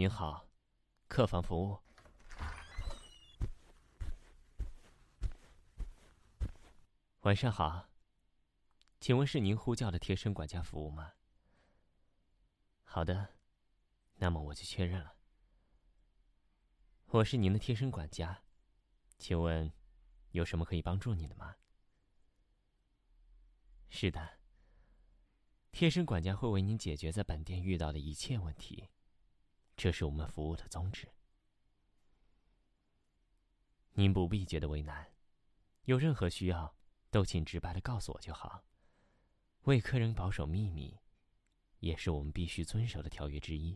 您好，客房服务。晚上好，请问是您呼叫的贴身管家服务吗？好的，那么我就确认了。我是您的贴身管家，请问有什么可以帮助你的吗？是的，贴身管家会为您解决在本店遇到的一切问题，这是我们服务的宗旨。您不必觉得为难，有任何需要都请直白地告诉我就好。为客人保守秘密，也是我们必须遵守的条约之一。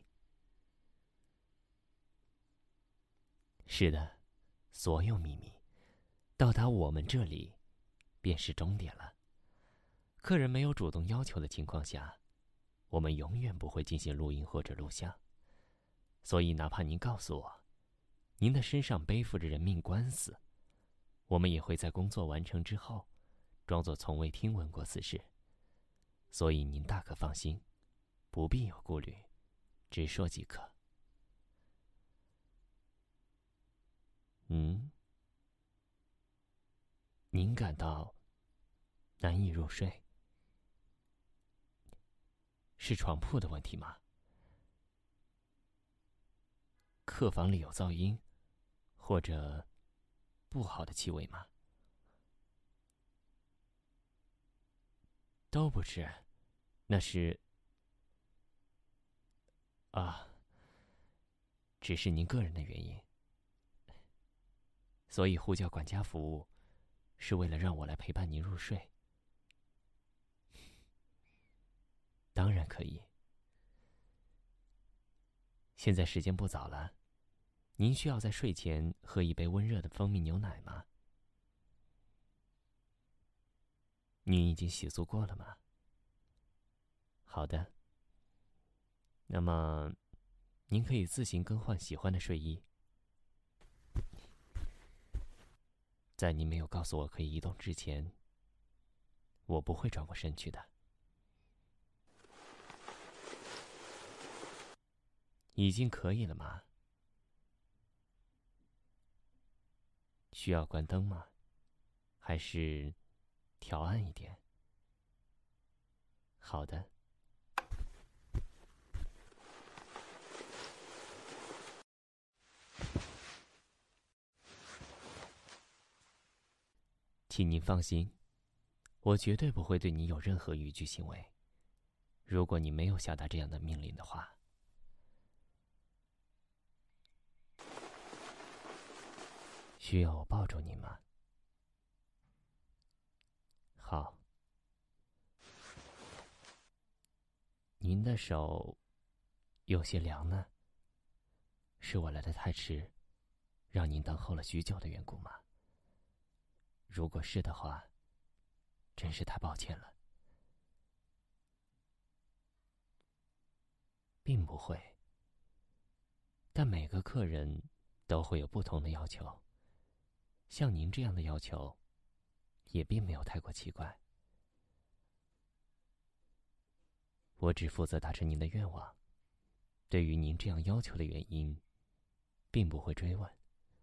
是的，所有秘密到达我们这里便是终点了。客人没有主动要求的情况下，我们永远不会进行录音或者录像。所以哪怕您告诉我您的身上背负着人命官司，我们也会在工作完成之后装作从未听闻过此事。所以您大可放心，不必有顾虑，直说即可。您感到难以入睡，是床铺的问题吗？客房里有噪音，或者不好的气味吗？都不是，那是只是您个人的原因。所以呼叫管家服务是为了让我来陪伴您入睡。当然可以。现在时间不早了，您需要在睡前喝一杯温热的蜂蜜牛奶吗？您已经洗漱过了吗？好的。那么您可以自行更换喜欢的睡衣。在您没有告诉我可以移动之前，我不会转过身去的。已经可以了吗？需要关灯吗？还是调暗一点？好的。请您放心，我绝对不会对你有任何逾矩行为。如果你没有下达这样的命令的话。需要我抱住你吗？好。您的手有些凉呢，是我来得太迟，让您等候了许久的缘故吗？如果是的话，真是太抱歉了。并不会，但每个客人都会有不同的要求，像您这样的要求也并没有太过奇怪。我只负责达成您的愿望，对于您这样要求的原因并不会追问。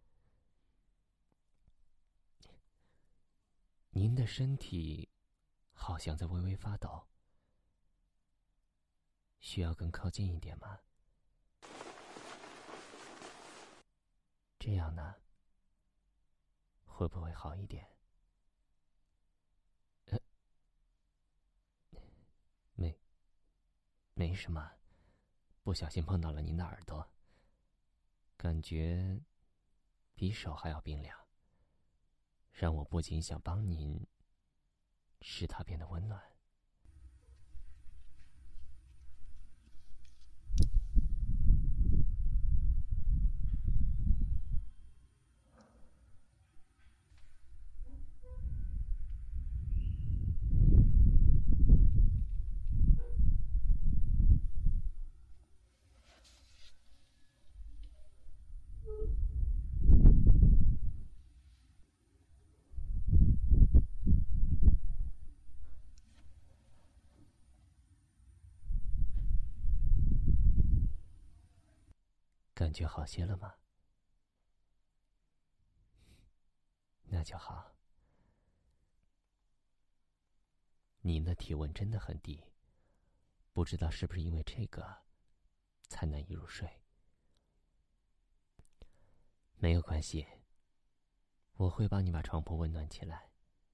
您的身体好像在微微发抖，需要更靠近一点吗？这样呢，会不会好一点？没什么，不小心碰到了您的耳朵，感觉比手还要冰凉，让我不仅想帮您使它变得温暖。 感觉好些了吗？那就好。您的体温真的很低，不知道是不是因为这个才难以入睡。没有关系，我会帮你把床铺温暖起来。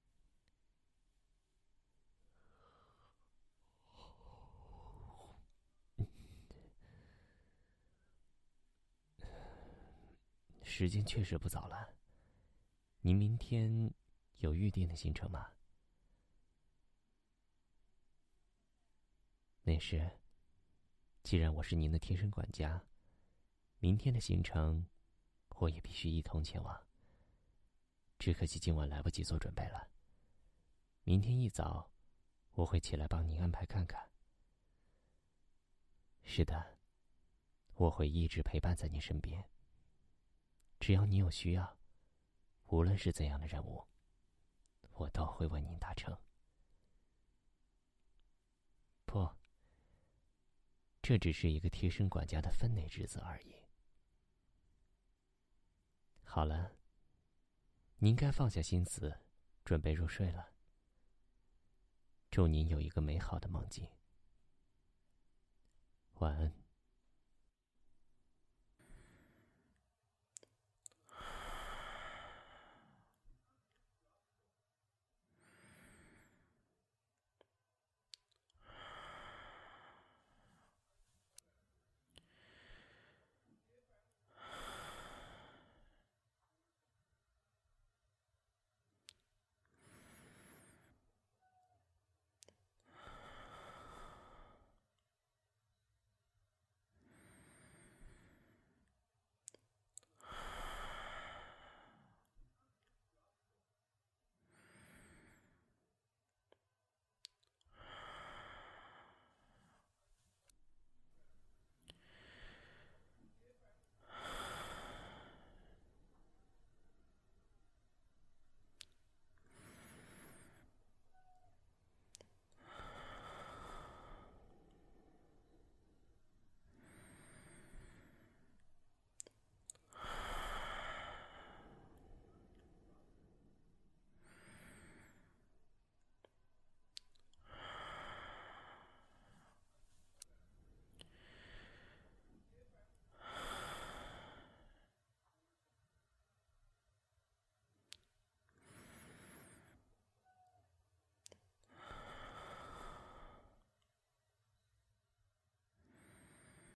时间确实不早了，您明天有预定的行程吗？那时，既然我是您的贴身管家，明天的行程我也必须一同前往。只可惜今晚来不及做准备了。明天一早，我会起来帮您安排看看。是的，我会一直陪伴在您身边。只要你有需要，无论是怎样的任务，我都会为您达成。不，这只是一个贴身管家的分内之子而已。好了，您该放下心思，准备入睡了。祝您有一个美好的梦境。晚安。